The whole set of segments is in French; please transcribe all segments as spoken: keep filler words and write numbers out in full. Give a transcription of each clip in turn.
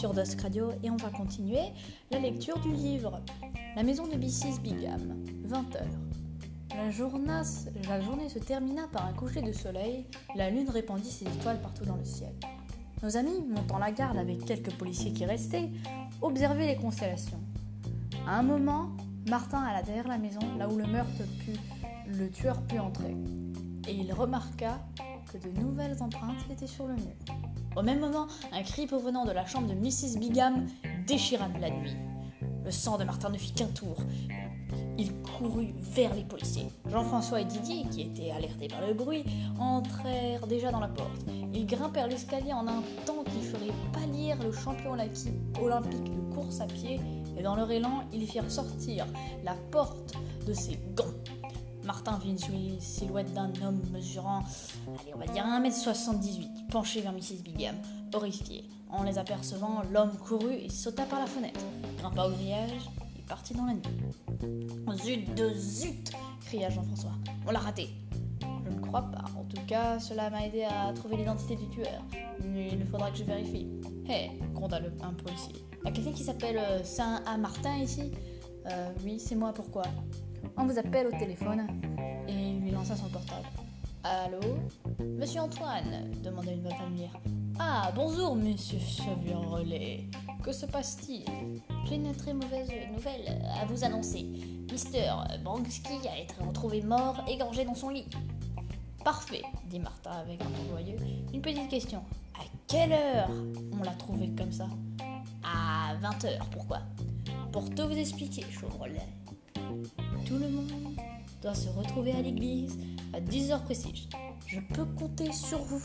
sur Dusk Radio et on va continuer la lecture du livre La maison de missus Bingham, vingt heures. La journée, la journée se termina par un coucher de soleil, la lune répandit ses étoiles partout dans le ciel. Nos amis, montant la garde avec quelques policiers qui restaient, observaient les constellations. À un moment, Martin alla derrière la maison, là où le meurtre put, le tueur put entrer, et il remarqua que de nouvelles empreintes étaient sur le mur. Au même moment, un cri provenant de la chambre de missus Bingham déchira la nuit. Le sang de Martin ne fit qu'un tour. Il courut vers les policiers. Jean-François et Didier, qui étaient alertés par le bruit, entrèrent déjà dans la porte. Ils grimpèrent l'escalier en un temps qui ferait pâlir le champion olympique de course à pied, et dans leur élan, ils firent sortir la porte de ses gants. Martin vit une silhouette d'un homme mesurant, allez, on va dire un mètre soixante-dix-huit, penché vers missus Bingham, horrifié. En les apercevant, l'homme courut et sauta par la fenêtre, grimpa au grillage et partit dans la nuit. « Zut de zut !» cria Jean-François. « On l'a raté !» Je ne crois pas. En tout cas, cela m'a aidé à trouver l'identité du tueur. Mais il faudra que je vérifie. Hé, hey, gronda le, un policier. Y a quelqu'un qui s'appelle euh, Saint-Martin ici ? euh, Oui, c'est moi, pourquoi ? On vous appelle au téléphone. Et il lui lança son portable. Allô ? Monsieur Antoine ? Demanda une voix familière. Ah, bonjour, monsieur Chevrolet. Que se passe-t-il ? J'ai une très mauvaise nouvelle à vous annoncer. Mister Bansky a été retrouvé mort, égorgé dans son lit. Parfait, dit Martin avec un ton joyeux. Une petite question. À quelle heure on l'a trouvé comme ça ? À vingt heures, pourquoi ? Pour tout vous expliquer, Chevrolet. Tout le monde doit se retrouver à l'église à dix heures précises. Je peux compter sur vous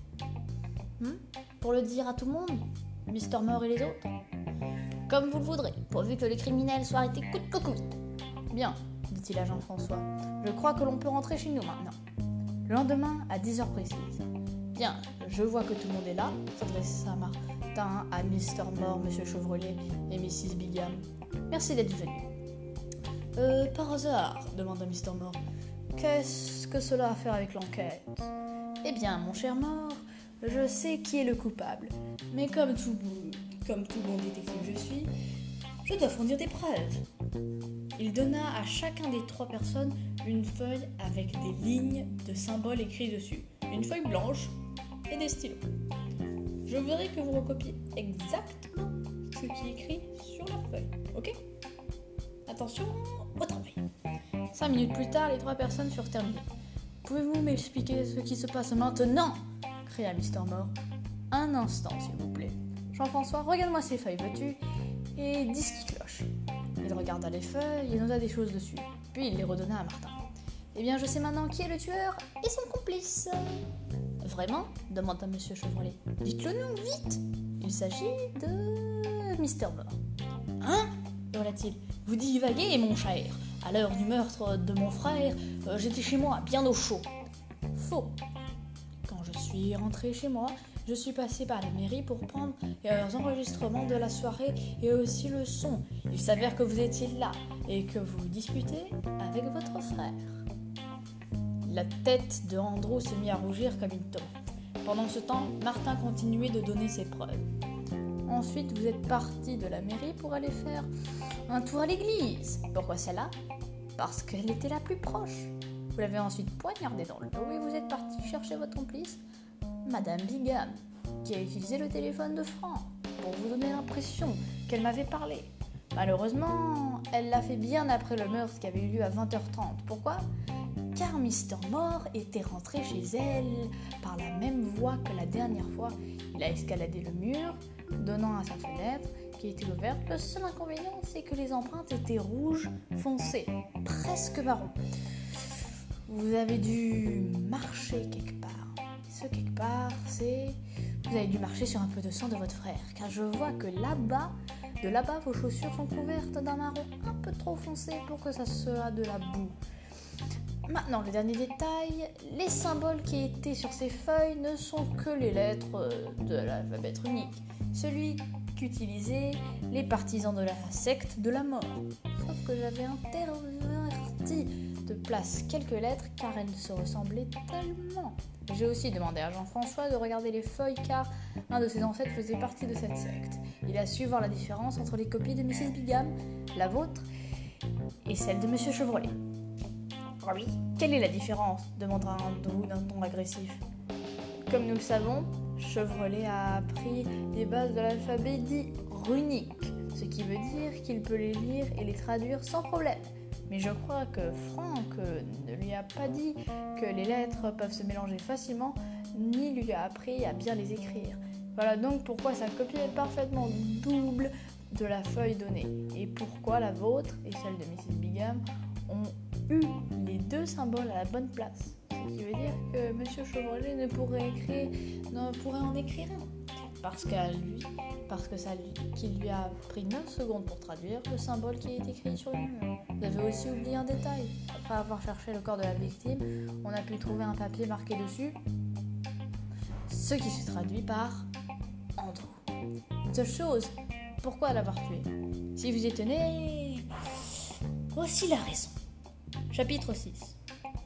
hmm pour le dire à tout le monde, Mister Moore et les autres ? Comme vous le voudrez, pourvu que les criminels soient arrêtés coûte que coûte. Bien, dit-il à Jean-François. Je crois que l'on peut rentrer chez nous maintenant. Le lendemain, à dix heures précises. Bien, je vois que tout le monde est là, s'adressa Martin à Mister Moore, Monsieur Chevrolet et missus Bingham. Merci d'être venu. Euh, par hasard, demanda Mister Moore. Qu'est-ce que cela a à faire avec l'enquête ? Eh bien, mon cher Moore, je sais qui est le coupable, mais comme tout, comme tout bon détective que je suis, je dois fournir des preuves. Il donna à chacun des trois personnes une feuille avec des lignes de symboles écrits dessus, une feuille blanche et des stylos. Je voudrais que vous recopiez exactement ce qui est écrit sur la feuille, ok ? Attention au travail. Cinq minutes plus tard, les trois personnes furent terminées. Pouvez-vous m'expliquer ce qui se passe maintenant ? Cria Mister Moore. Un instant, s'il vous plaît. Jean-François, regarde-moi ces feuilles, veux-tu ? Et dis ce qui cloche. Il regarda les feuilles et nota des choses dessus. Puis il les redonna à Martin. Eh bien, je sais maintenant qui est le tueur et son complice. Vraiment ? Demanda Monsieur Chevrolet. Dites-le nous, vite ! Il s'agit de Mister Moore. Hein ? Hurla-t-il. Vous divaguez, mon cher. À l'heure du meurtre de mon frère, euh, j'étais chez moi, bien au chaud. Faux. Quand je suis rentré chez moi, je suis passé par la mairie pour prendre les enregistrements de la soirée et aussi le son. Il s'avère que vous étiez là et que vous disputez avec votre frère. La tête de Andrew se mit à rougir comme une tomate. Pendant ce temps, Martin continuait de donner ses preuves. Ensuite, vous êtes parti de la mairie pour aller faire un tour à l'église. Pourquoi celle-là ? Parce qu'elle était la plus proche. Vous l'avez ensuite poignardée dans le dos et vous êtes parti chercher votre complice, Madame Bingham, qui a utilisé le téléphone de Franck pour vous donner l'impression qu'elle m'avait parlé. Malheureusement, elle l'a fait bien après le meurtre qui avait eu lieu à vingt heures trente. Pourquoi ? Car Mister Moore était rentré chez elle par la même voie que la dernière fois. Il a escaladé le mur, donnant à sa fenêtre qui était ouverte. Le seul inconvénient, c'est que les empreintes étaient rouges foncées, presque marron. Vous avez dû marcher quelque part. Ce quelque part, c'est... Vous avez dû marcher sur un peu de sang de votre frère, car je vois que là-bas, de là-bas, vos chaussures sont couvertes d'un marron un peu trop foncé pour que ça soit de la boue. Maintenant, le dernier détail, les symboles qui étaient sur ces feuilles ne sont que les lettres de l'alphabet runique, celui qu'utilisaient les partisans de la secte de la mort. Sauf que j'avais interverti de place quelques lettres car elles se ressemblaient tellement. J'ai aussi demandé à Jean-François de regarder les feuilles car un de ses ancêtres faisait partie de cette secte. Il a su voir la différence entre les copies de missus Bingham, la vôtre, et celle de monsieur Chevrolet. « Ah oui, quelle est la différence ?» demandera Andrew d'un ton agressif. Comme nous le savons, Chevrolet a appris les bases de l'alphabet dit runique, ce qui veut dire qu'il peut les lire et les traduire sans problème. Mais je crois que Franck ne lui a pas dit que les lettres peuvent se mélanger facilement, ni lui a appris à bien les écrire. Voilà donc pourquoi sa copie est parfaitement double de la feuille donnée, et pourquoi la vôtre et celle de missus Bingham ont eu les deux symboles à la bonne place. Ce qui veut dire que monsieur Chevrolet ne pourrait écrire, ne pourrait en écrire un. Parce qu'à lui, parce que ça qu'il lui a pris neuf secondes pour traduire le symbole qui est écrit sur le mur. Vous avez aussi oublié un détail. Après avoir cherché le corps de la victime, on a pu trouver un papier marqué dessus, ce qui se traduit par Andrew. Seule chose, pourquoi l'avoir tué? Si vous y tenez, voici la raison. Chapitre six.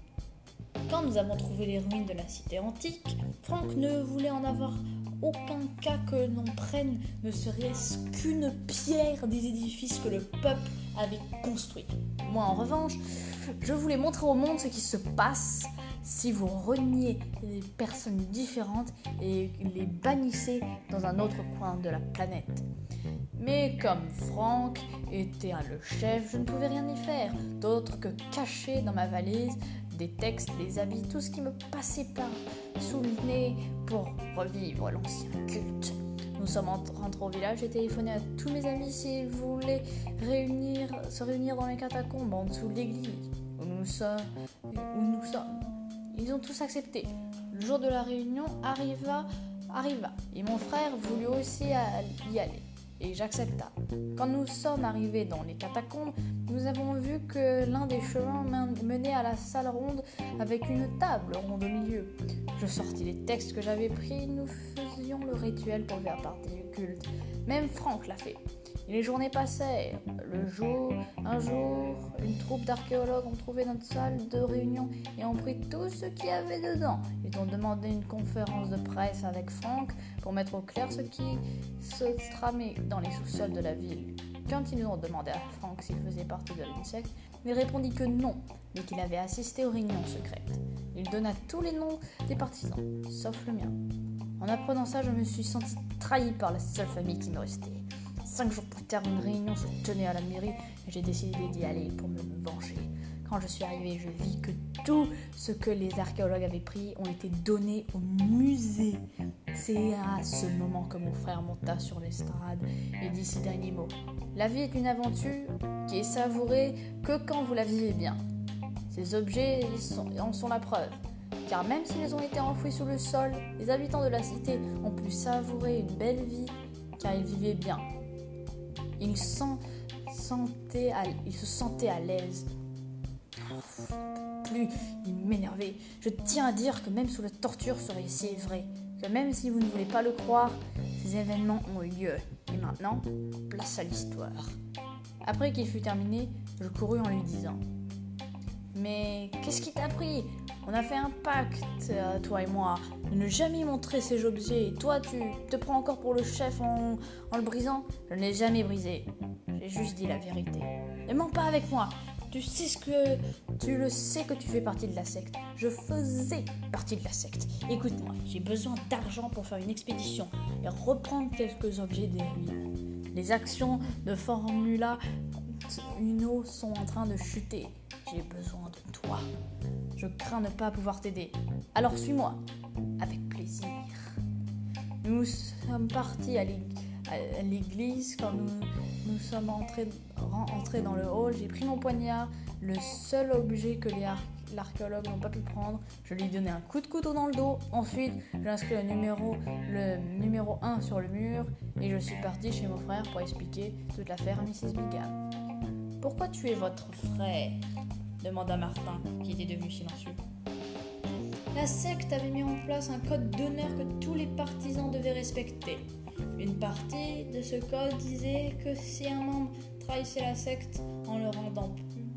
Quand nous avons trouvé les ruines de la cité antique, Franck ne voulait en avoir aucun cas que l'on prenne ne serait-ce qu'une pierre des édifices que le peuple avait construits. Moi, en revanche, je voulais montrer au monde ce qui se passe si vous reniez les personnes différentes et les bannissez dans un autre coin de la planète. Mais comme Franck était le chef, je ne pouvais rien y faire, d'autre que cacher dans ma valise des textes, des habits, tout ce qui me passait par sous le nez pour revivre l'ancien culte. Nous sommes rentrés au village, j'ai téléphoné à tous mes amis s'ils voulaient réunir, se réunir dans les catacombes en dessous de l'église où nous sommes. Où nous sommes. Ils ont tous accepté. Le jour de la réunion arriva, arriva et mon frère voulut aussi y aller. Et j'accepta. Quand nous sommes arrivés dans les catacombes, nous avons vu que l'un des chemins menait à la salle ronde avec une table ronde au milieu. Je sortis les textes que j'avais pris, nous faisions le rituel pour faire partie du culte. Même Franck l'a fait. Et les journées passèrent. Le jour, un jour, une troupe d'archéologues ont trouvé notre salle de réunion et ont pris tout ce qu'il y avait dedans. Ils ont demandé une conférence de presse avec Franck pour mettre au clair ce qui se tramait dans les sous-sols de la ville. Quand ils nous ont demandé à Franck s'il faisait partie de une secte, il répondit que non, mais qu'il avait assisté aux réunions secrètes. Il donna tous les noms des partisans, sauf le mien. En apprenant ça, je me suis senti trahi par la seule famille qui me restait. Cinq jours plus tard, une réunion se tenait à la mairie et j'ai décidé d'y aller pour me venger. Quand je suis arrivée, je vis que tout ce que les archéologues avaient pris ont été donnés au musée. C'est à ce moment que mon frère monta sur l'estrade et dit ces derniers mots. La vie est une aventure qui est savourée que quand vous la vivez bien. Ces objets sont, en sont la preuve. Car même s'ils ont été enfouis sous le sol, les habitants de la cité ont pu savourer une belle vie car ils vivaient bien. Ils, sent, sentaient à, ils se sentaient à l'aise. Plus, il m'énervait. Je tiens à dire que même sous la torture, c'est vrai. Que même si vous ne voulez pas le croire, ces événements ont eu lieu. Et maintenant, place à l'histoire. Après qu'il fut terminé, je courus en lui disant « Mais qu'est-ce qui t'a pris ? On a fait un pacte, euh, toi et moi, de ne jamais montrer ces objets. Et toi, tu te prends encore pour le chef en, en le brisant ? Je ne l'ai jamais brisé. J'ai juste dit la vérité. Ne mens pas avec moi. Tu sais ce que... Tu le sais que tu fais partie de la secte. Je faisais partie de la secte. Écoute-moi, j'ai besoin d'argent pour faire une expédition et reprendre quelques objets des ruines. Les actions de Formula Uno sont en train de chuter. J'ai besoin de toi. Je crains ne pas pouvoir t'aider. Alors suis-moi. Avec plaisir. Nous sommes partis à l'église. Quand nous, nous sommes entrés, entrés dans le hall, j'ai pris mon poignard, le seul objet que les ar- l'archéologue n'ont pas pu prendre. Je lui ai donné un coup de couteau dans le dos. Ensuite, j'ai inscrit le numéro, le numéro un sur le mur et je suis parti chez mon frère pour expliquer toute l'affaire à missus Bingham. « Pourquoi tuer votre frère ?» demanda Martin, qui était devenu silencieux. La secte avait mis en place un code d'honneur que tous les partisans devaient respecter. Une partie de ce code disait que si un membre trahissait la secte en le rendant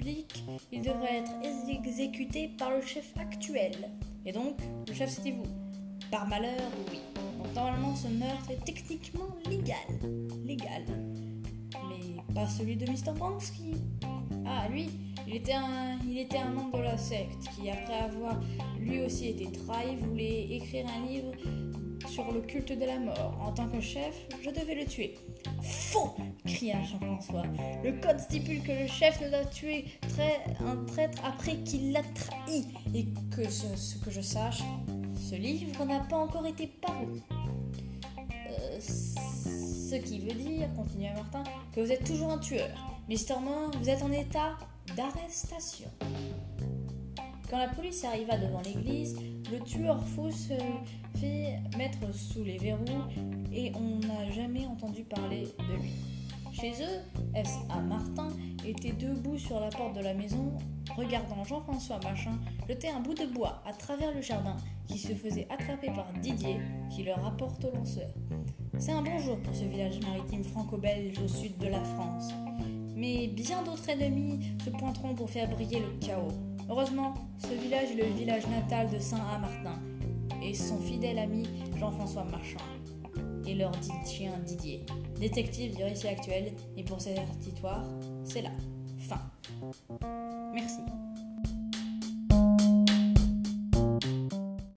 public, il devrait être exécuté par le chef actuel. Et donc, le chef c'était vous. Par malheur, oui. Donc normalement, ce meurtre est techniquement légal. Légal. Mais pas celui de mister Bransky. Ah, lui, il était, un, il était un membre de la secte qui, après avoir lui aussi été trahi, voulait écrire un livre sur le culte de la mort. En tant que chef, je devais le tuer. Faux! Cria Jean-François. Le code stipule que le chef ne doit tuer trai- un traître après qu'il l'a trahi. Et que ce, ce que je sache, ce livre n'a pas encore été paru. Euh, ce qui veut dire, continua Martin, que vous êtes toujours un tueur. mister Morin, vous êtes en état d'arrestation. Quand la police arriva devant l'église, le tueur fou se fit mettre sous les verrous et on n'a jamais entendu parler de lui. Chez eux, S A Martin était debout sur la porte de la maison, regardant Jean-François Machin jeter un bout de bois à travers le jardin qui se faisait attraper par Didier qui le rapporte au lanceur. C'est un bon jour pour ce village maritime franco-belge au sud de la France. Mais bien d'autres ennemis se pointeront pour faire briller le chaos. Heureusement, ce village est le village natal de Saint-A-Martin et son fidèle ami Jean-François Marchand et leur dit chien Didier, détective du récit actuel, et pour cette histoire, c'est là. Fin. Merci.